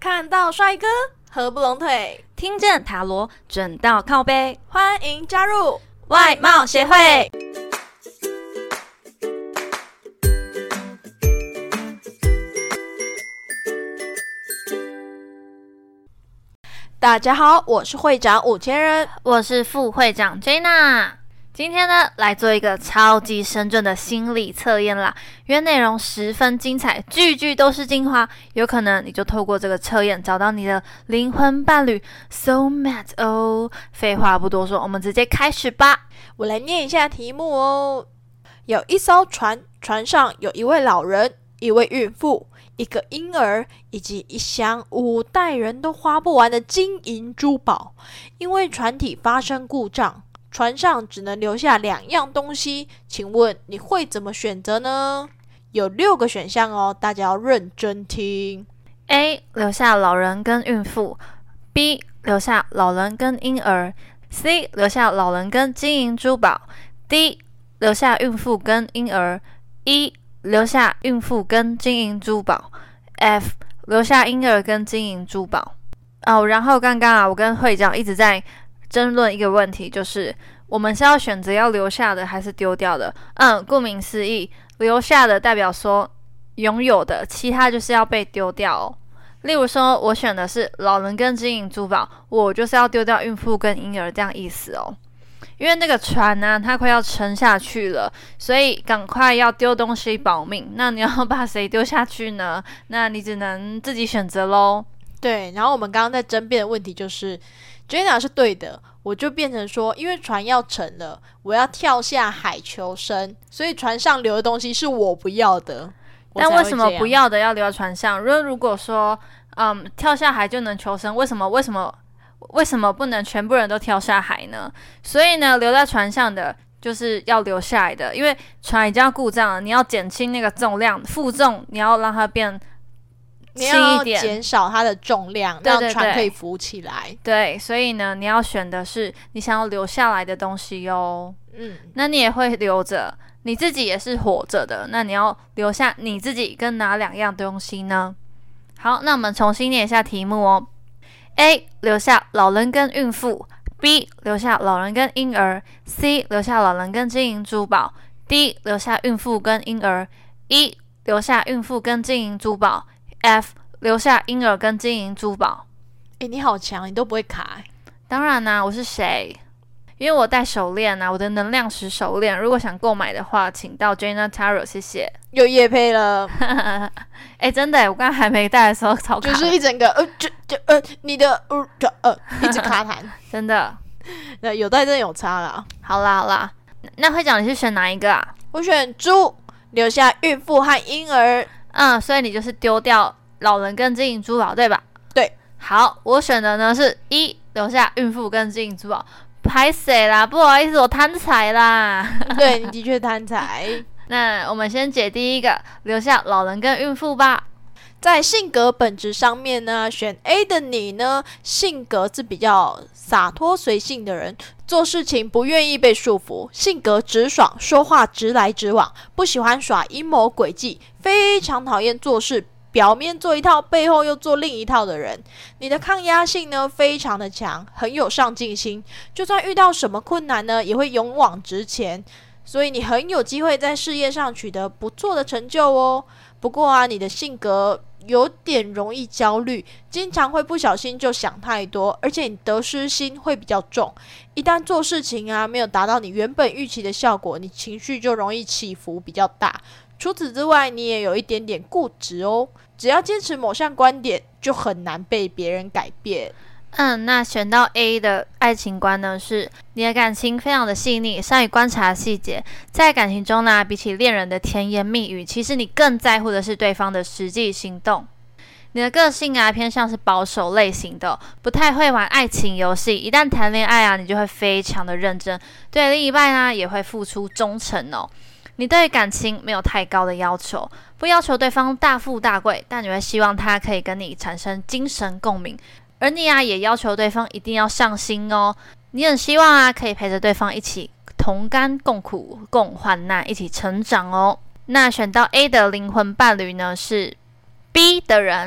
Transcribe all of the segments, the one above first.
看到帅哥合不拢腿， 听见塔罗准到靠背， 欢迎加入外貌协会。 大家好，我是会长5000人， 我是副会长 Jenna。今天呢，来做一个超级深圳的心理测验啦，因为内容十分精彩，句句都是精华，有可能你就透过这个测验找到你的灵魂伴侣 soulmate 哦。废话不多说，我们直接开始吧。 我来念一下题目哦。有一艘船，船上有一位老人、一位孕妇、一个婴儿以及一箱5代人都花不完的金银珠宝。因为船体发生故障，船上只能留下2样东西，请问你会怎么选择呢？有6个选项哦，大家要认真听。 A. 留下老人跟孕妇， B. 留下老人跟婴儿， C. 留下老人跟金银珠宝， D. 留下孕妇跟婴儿， E. 留下孕妇跟金银珠宝， F. 留下婴儿跟金银珠宝。然后刚刚我跟会长一直在争论一个问题，就是我们是要选择要留下的还是丢掉的。顾名思义，留下的代表说拥有的，其他就是要被丢掉哦。例如说我选的是老人跟金银珠宝，我就是要丢掉孕妇跟婴儿，这样意思哦。因为那个船呢，它快要沉下去了，所以赶快要丢东西保命。那你要把谁丢下去呢？那你只能自己选择咯。 对，然后我们刚刚在争辩的问题就是Jenna 是对的，我就变成说，因为船要沉了，我要跳下海求生，所以船上留的东西是我不要的。 但为什么不要的要留在船上？如果说跳下海就能求生，为什么不能全部人都跳下海呢？所以呢，留在船上的就是要留下来的，因为船已经要故障了，你要减轻那个重量，负重你要让它变轻一点， 你要减少它的重量， 对对对， 让船可以浮起来。 对，所以呢，你要选的是你想要留下来的东西哦。那你也会留着，你自己也是活着的，那你要留下你自己跟哪2样东西呢？好，那我们重新念一下题目哦。A. 留下老人跟孕妇， B. 留下老人跟婴儿， C. 留下老人跟金银珠宝， D. 留下孕妇跟婴儿， E. 留下孕妇跟金银珠宝， F. 留下婴儿跟金银珠宝。 你好强，你都不会卡。 当然啦，我是谁？因为我戴手链啊，我的能量石手链，如果想购买的话，请到 Jenna Tarot， 谢谢。 有业配了。 真的耶，我刚刚还没戴的时候超卡， 就是一整个你的一直卡痰。 真的。 有戴真的有差啦。 好啦，那会长你是选哪一个啊？ 我选猪，留下孕妇和婴儿。 所以你就是丢掉老人跟金银珠宝，对吧？ 对。 好，我选的呢是1，留下孕妇跟金银珠宝。拍谁啦？不好意思，我贪财啦。 对，你的确贪财。 那我们先解第一个，留下老人跟孕妇吧。 在性格本质上面呢，选 A 的你呢，性格是比较洒脱随性的人，做事情不愿意被束缚，性格直爽，说话直来直往，不喜欢耍阴谋诡计，非常讨厌做事表面做一套，背后又做另一套的人。你的抗压性呢非常的强，很有上进心，就算遇到什么困难呢，也会勇往直前，所以你很有机会在事业上取得不错的成就哦。不过啊，你的性格有点容易焦虑，经常会不小心就想太多，而且你得失心会比较重。一旦做事情啊没有达到你原本预期的效果，你情绪就容易起伏比较大。除此之外，你也有一点点固执哦，只要坚持某项观点，就很难被别人改变。 那选到 A 的爱情观呢，是你的感情非常的细腻，善于观察细节。在感情中呢，比起恋人的甜言蜜语，其实你更在乎的是对方的实际行动。你的个性啊，偏向是保守类型的，不太会玩爱情游戏。一旦谈恋爱啊，你就会非常的认真，对另一半呢也会付出忠诚哦。你对感情没有太高的要求，不要求对方大富大贵，但你会希望他可以跟你产生精神共鸣。而你啊，也要求对方一定要上心哦。你很希望啊，可以陪着对方一起同甘共苦、共患难，一起成长哦。那选到 A 的灵魂伴侣呢，是 B 的人。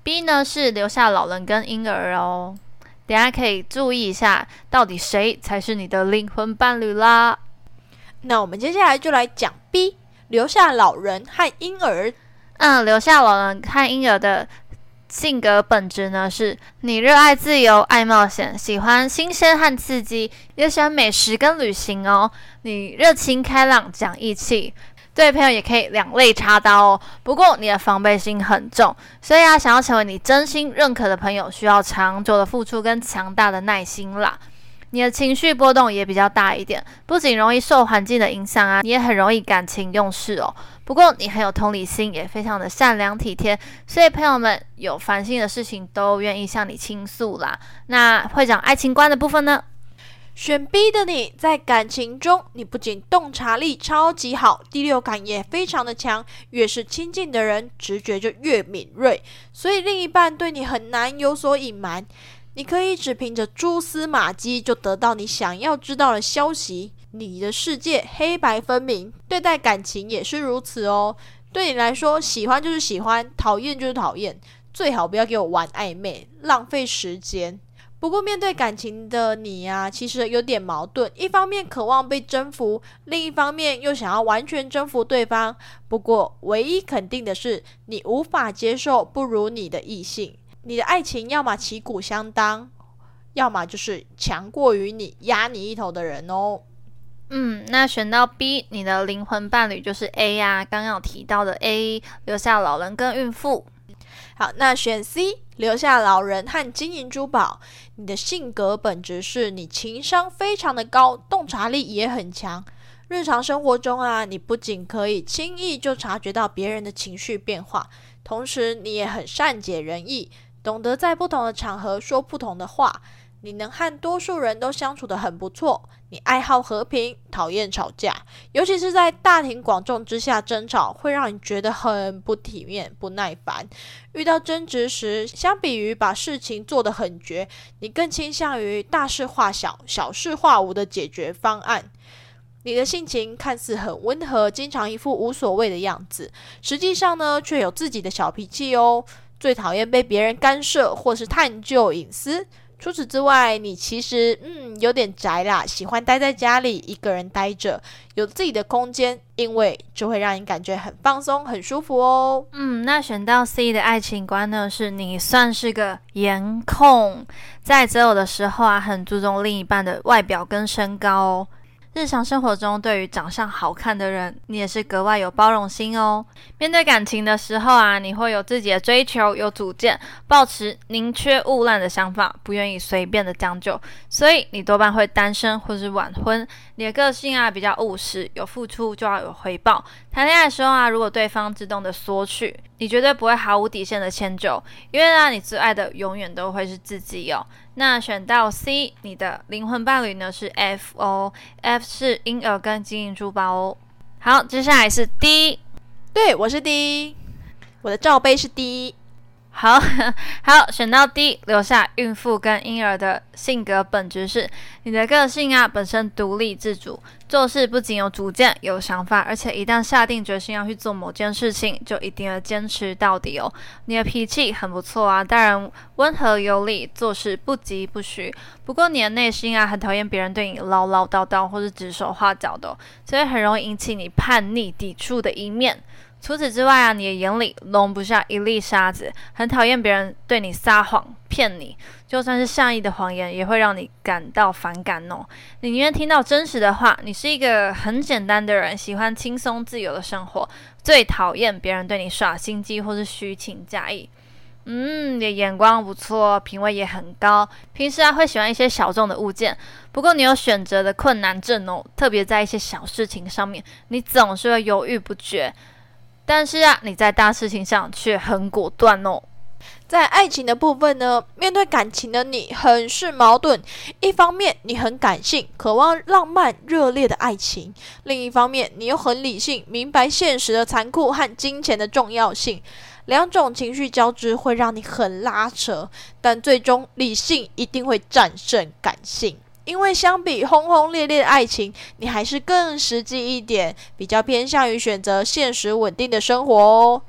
B 呢是留下老人跟婴儿哦。等一下可以注意一下，到底谁才是你的灵魂伴侣啦。 那我们接下来就来讲 B， 留下老人和婴儿。 留下老人和婴儿的性格本质呢，是你热爱自由、爱冒险，喜欢新鲜和刺激，也喜欢美食跟旅行哦。你热情开朗，讲义气，对朋友也可以两肋插刀哦。不过你的防备心很重，所以想要成为你真心认可的朋友，需要长久的付出跟强大的耐心啦。你的情绪波动也比较大一点，不仅容易受环境的影响你也很容易感情用事哦。不过你很有同理心，也非常的善良体贴，所以朋友们有烦心的事情都愿意向你倾诉啦。那会讲爱情观的部分呢？ 选 B 的你在感情中，你不仅洞察力超级好，第六感也非常的强，越是亲近的人，直觉就越敏锐，所以另一半对你很难有所隐瞒。你可以只凭着蛛丝马迹就得到你想要知道的消息，你的世界黑白分明，对待感情也是如此哦。对你来说，喜欢就是喜欢，讨厌就是讨厌，最好不要给我玩暧昧，浪费时间。不过面对感情的你其实有点矛盾，一方面渴望被征服，另一方面又想要完全征服对方。不过唯一肯定的是，你无法接受不如你的异性。你的爱情要么旗鼓相当，要么就是强过于你，压你一头的人哦。 那选到 B， 你的灵魂伴侣就是 A 刚刚有提到的 A， 留下老人跟孕妇。 好，那选 C， 留下老人和金银珠宝。你的性格本质是你情商非常的高，洞察力也很强。日常生活中你不仅可以轻易就察觉到别人的情绪变化，同时你也很善解人意，懂得在不同的场合说不同的话。你能和多数人都相处得很不错，你爱好和平，讨厌吵架，尤其是在大庭广众之下争吵，会让你觉得很不体面、不耐烦。遇到争执时，相比于把事情做得很绝，你更倾向于大事化小、小事化无的解决方案。你的性情看似很温和，经常一副无所谓的样子，实际上呢，却有自己的小脾气哦。最讨厌被别人干涉或是探究隐私。除此之外，你其实有点宅啦，喜欢待在家里一个人待着，有自己的空间，因为这会让你感觉很放松、很舒服哦。 那选到 C 的爱情观呢，是你算是个颜控，在择偶的时候很注重另一半的外表跟身高哦。日常生活中，对于长相好看的人，你也是格外有包容心哦。面对感情的时候你会有自己的追求，有主见，抱持宁缺毋滥的想法，不愿意随便的将就，所以你多半会单身或是晚婚。你的个性比较务实，有付出就要有回报。谈恋爱的时候如果对方自动的索取，你绝对不会毫无底线的迁就，因为你最爱的永远都会是自己哦。那选到 C， 你的灵魂伴侣呢是 F 哦 ，F 是婴儿跟金银珠宝哦。好，接下来是 D， 对，我是 D， 我的罩杯是 D。 好，选到 D， 留下孕妇跟婴儿的性格本质是，你的个性本身独立自主，做事不仅有主见、有想法，而且一旦下定决心要去做某件事情，就一定要坚持到底哦。你的脾气很不错当然温和有礼，做事不急不徐。不过你的内心很讨厌别人对你唠唠叨叨或是指手画脚的所以很容易引起你叛逆、抵触的一面。除此之外你的眼里容不下一粒沙子，很讨厌别人对你撒谎骗你，就算是善意的谎言也会让你感到反感哦。你宁愿听到真实的话，你是一个很简单的人，喜欢轻松自由的生活，最讨厌别人对你耍心机或是虚情假意。你的眼光不错，品味也很高，平时会喜欢一些小众的物件，不过你有选择的困难症哦，特别在一些小事情上面，你总是会犹豫不决。但是你在大事情上却很果断哦。 在爱情的部分呢，面对感情的你很是矛盾，一方面你很感性，渴望浪漫热烈的爱情，另一方面你又很理性，明白现实的残酷和金钱的重要性。两种情绪交织会让你很拉扯，但最终理性一定会战胜感性。因为相比轰轰烈烈的爱情，你还是更实际一点，比较偏向于选择现实稳定的生活哦。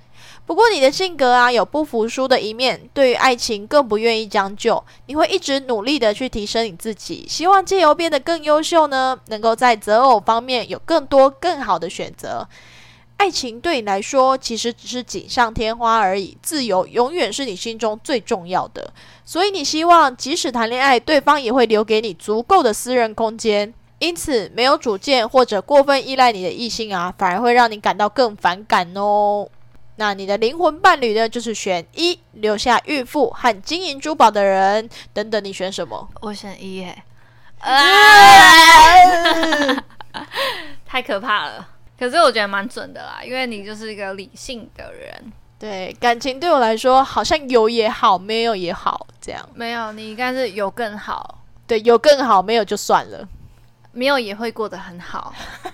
不过你的性格啊有不服输的一面，对于爱情更不愿意将就，你会一直努力的去提升你自己，希望借由变得更优秀呢，能够在择偶方面有更多更好的选择。爱情对你来说其实只是锦上添花而已，自由永远是你心中最重要的，所以你希望即使谈恋爱，对方也会留给你足够的私人空间。因此没有主见或者过分依赖你的异性啊，反而会让你感到更反感哦。那你的灵魂伴侣呢，就是选1，留下孕妇和金银珠宝的人。等等，你选什么？ 我选1耶。太可怕了。可是我觉得蛮准的啦，因为你就是一个理性的人。 对，感情对我来说好像有也好，没有也好，这样。 没有，你应该是有更好。 对，有更好，没有就算了。 没有也会过得很好。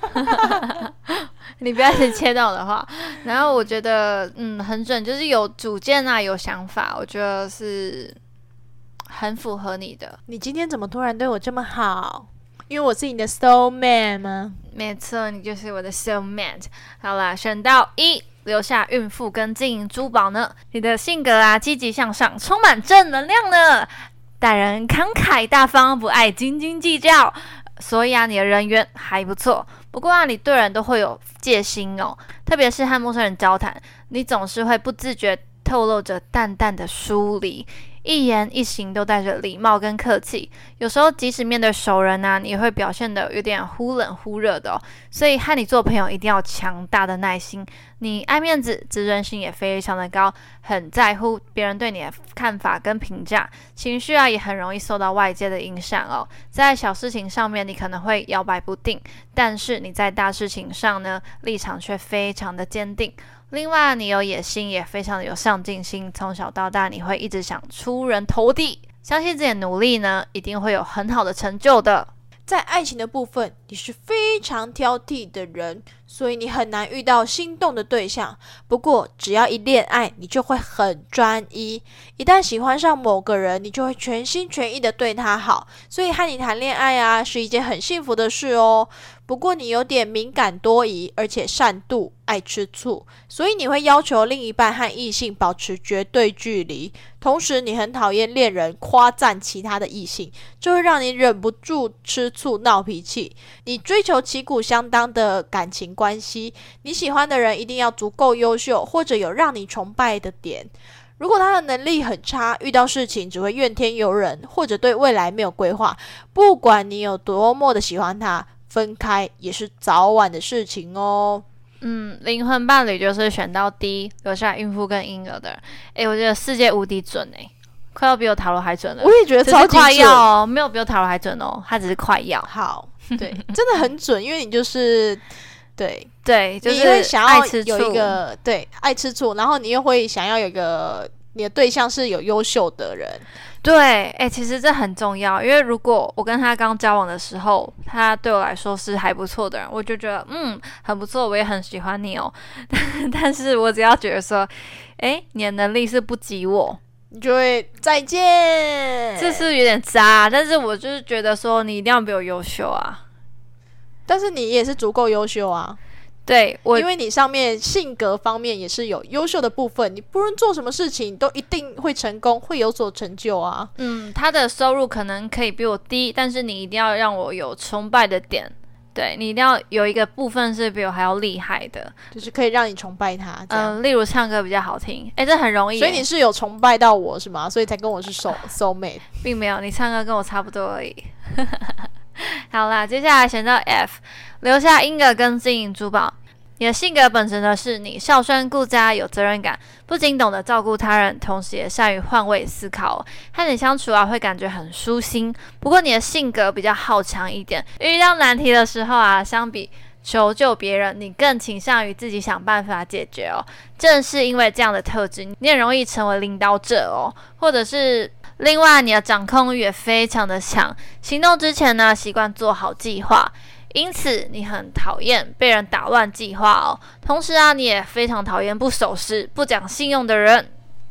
你不要一直切到我的话。然后我觉得很准，就是有主见啊，有想法，我觉得是很符合你的。 你今天怎么突然对我这么好？因为我是你的 soul mate 吗？ 没错，你就是我的 soul mate。好啦，选到1，留下孕妇跟金银珠宝呢。你的性格啊，积极向上，充满正能量呢，待人慷慨大方，不爱斤斤计较。所以啊，你的人缘还不错。不过啊，你对人都会有戒心哦，特别是和陌生人交谈，你总是会不自觉透露着淡淡的疏离，一言一行都带着礼貌跟客气。有时候即使面对熟人啊，你也会表现得有点忽冷忽热的哦。所以和你做朋友一定要强大的耐心。你爱面子，自尊心也非常的高，很在乎别人对你的看法跟评价，情绪啊也很容易受到外界的影响哦。在小事情上面你可能会摇摆不定，但是你在大事情上呢，立场却非常的坚定。另外你有野心，也非常的有上进心，从小到大你会一直想出人头地，相信自己的努力呢，一定会有很好的成就的。 在爱情的部分，你是非常挑剔的人，所以你很难遇到心动的对象。不过只要一恋爱，你就会很专一，一旦喜欢上某个人，你就会全心全意的对他好，所以和你谈恋爱啊是一件很幸福的事哦。不过你有点敏感多疑，而且善妒，爱吃醋，所以你会要求另一半和异性保持绝对距离。同时你很讨厌恋人夸赞其他的异性，这会让你忍不住吃醋闹脾气。你追求旗鼓相当的感情关系，你喜欢的人一定要足够优秀，或者有让你崇拜的点。如果他的能力很差，遇到事情只会怨天尤人，或者对未来没有规划，不管你有多么的喜欢他，分开也是早晚的事情哦。 灵魂伴侣就是选到D，留下孕妇跟婴儿的人。我觉得世界无敌准快要比我塔罗还准了。 我也觉得超级准， 快要哦，没有比我塔罗还准哦，它只是快要。 好，对，真的很准，因为你就是对， 就是你会想要有一个对爱吃醋，然后你又会想要有一个你的对象是有优秀的人。 对，其实这很重要，因为如果我跟他刚交往的时候，他对我来说是还不错的人，我就觉得很不错，我也很喜欢你哦。但是我只要觉得说，你的能力是不及我， 你就会再见。 这是有点渣，但是我就是觉得说，你一定要比我优秀啊。 但是你也是足够优秀啊。 对， 因为你上面性格方面也是有优秀的部分，你不论做什么事情都一定会成功，会有所成就啊。 他的收入可能可以比我低，但是你一定要让我有崇拜的点。对，你一定要有一个部分是比我还要厉害的， 就是可以让你崇拜他这样。 例如唱歌比较好听，这很容易。 所以你是有崇拜到我是吗？所以才跟我是soul mate， 并没有，你唱歌跟我差不多而已。好啦，接下来选到 F， 留下婴儿跟金银珠宝。你的性格本质呢，是你孝顺顾家，有责任感，不仅懂得照顾他人，同时也善于换位思考，和你相处啊会感觉很舒心。不过你的性格比较好强一点，遇到难题的时候啊，相比求救别人，你更倾向于自己想办法解决哦。正是因为这样的特质，你很容易成为领导者哦，或者是另外你的掌控欲也非常的强，行动之前呢，习惯做好计划。因此你很讨厌被人打乱计划哦，同时啊，你也非常讨厌不守时、不讲信用的人。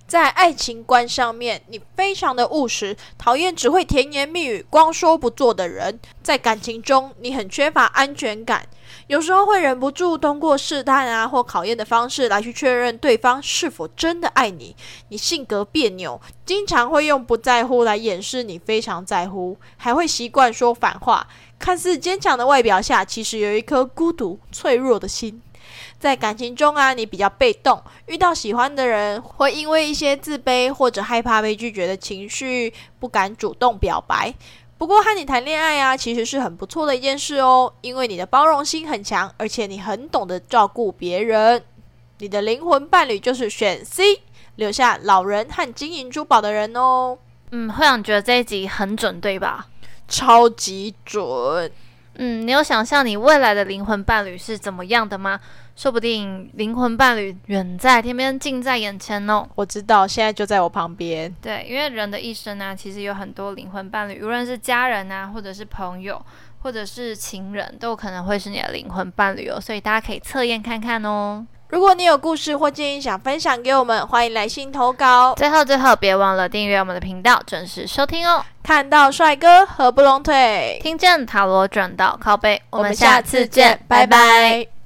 在爱情观上面，你非常的务实，讨厌只会甜言蜜语、光说不做的人。在感情中，你很缺乏安全感，有时候会忍不住通过试探啊或考验的方式来去确认对方是否真的爱你。你性格别扭，经常会用不在乎来掩饰你非常在乎，还会习惯说反话。看似坚强的外表下，其实有一颗孤独、脆弱的心。在感情中啊，你比较被动，遇到喜欢的人，会因为一些自卑或者害怕被拒绝的情绪，不敢主动表白。不过和你谈恋爱啊，其实是很不错的一件事哦，因为你的包容心很强，而且你很懂得照顾别人。你的灵魂伴侣就是选 C， 留下老人和金银珠宝的人哦。 会长觉得这一集很准，对吧？ 超级准。 你有想象你未来的灵魂伴侣是怎么样的吗？说不定灵魂伴侣远在天边，近在眼前哦。 我知道，现在就在我旁边。 对，因为人的一生啊，其实有很多灵魂伴侣，无论是家人啊，或者是朋友，或者是情人，都可能会是你的灵魂伴侣哦。所以大家可以测验看看哦。 如果你有故事或建议想分享给我们，欢迎来信投稿。 最后，别忘了订阅我们的频道，准时收听哦。 看到帅哥合不拢腿， 听见塔罗转到靠背， 我们下次见，拜拜。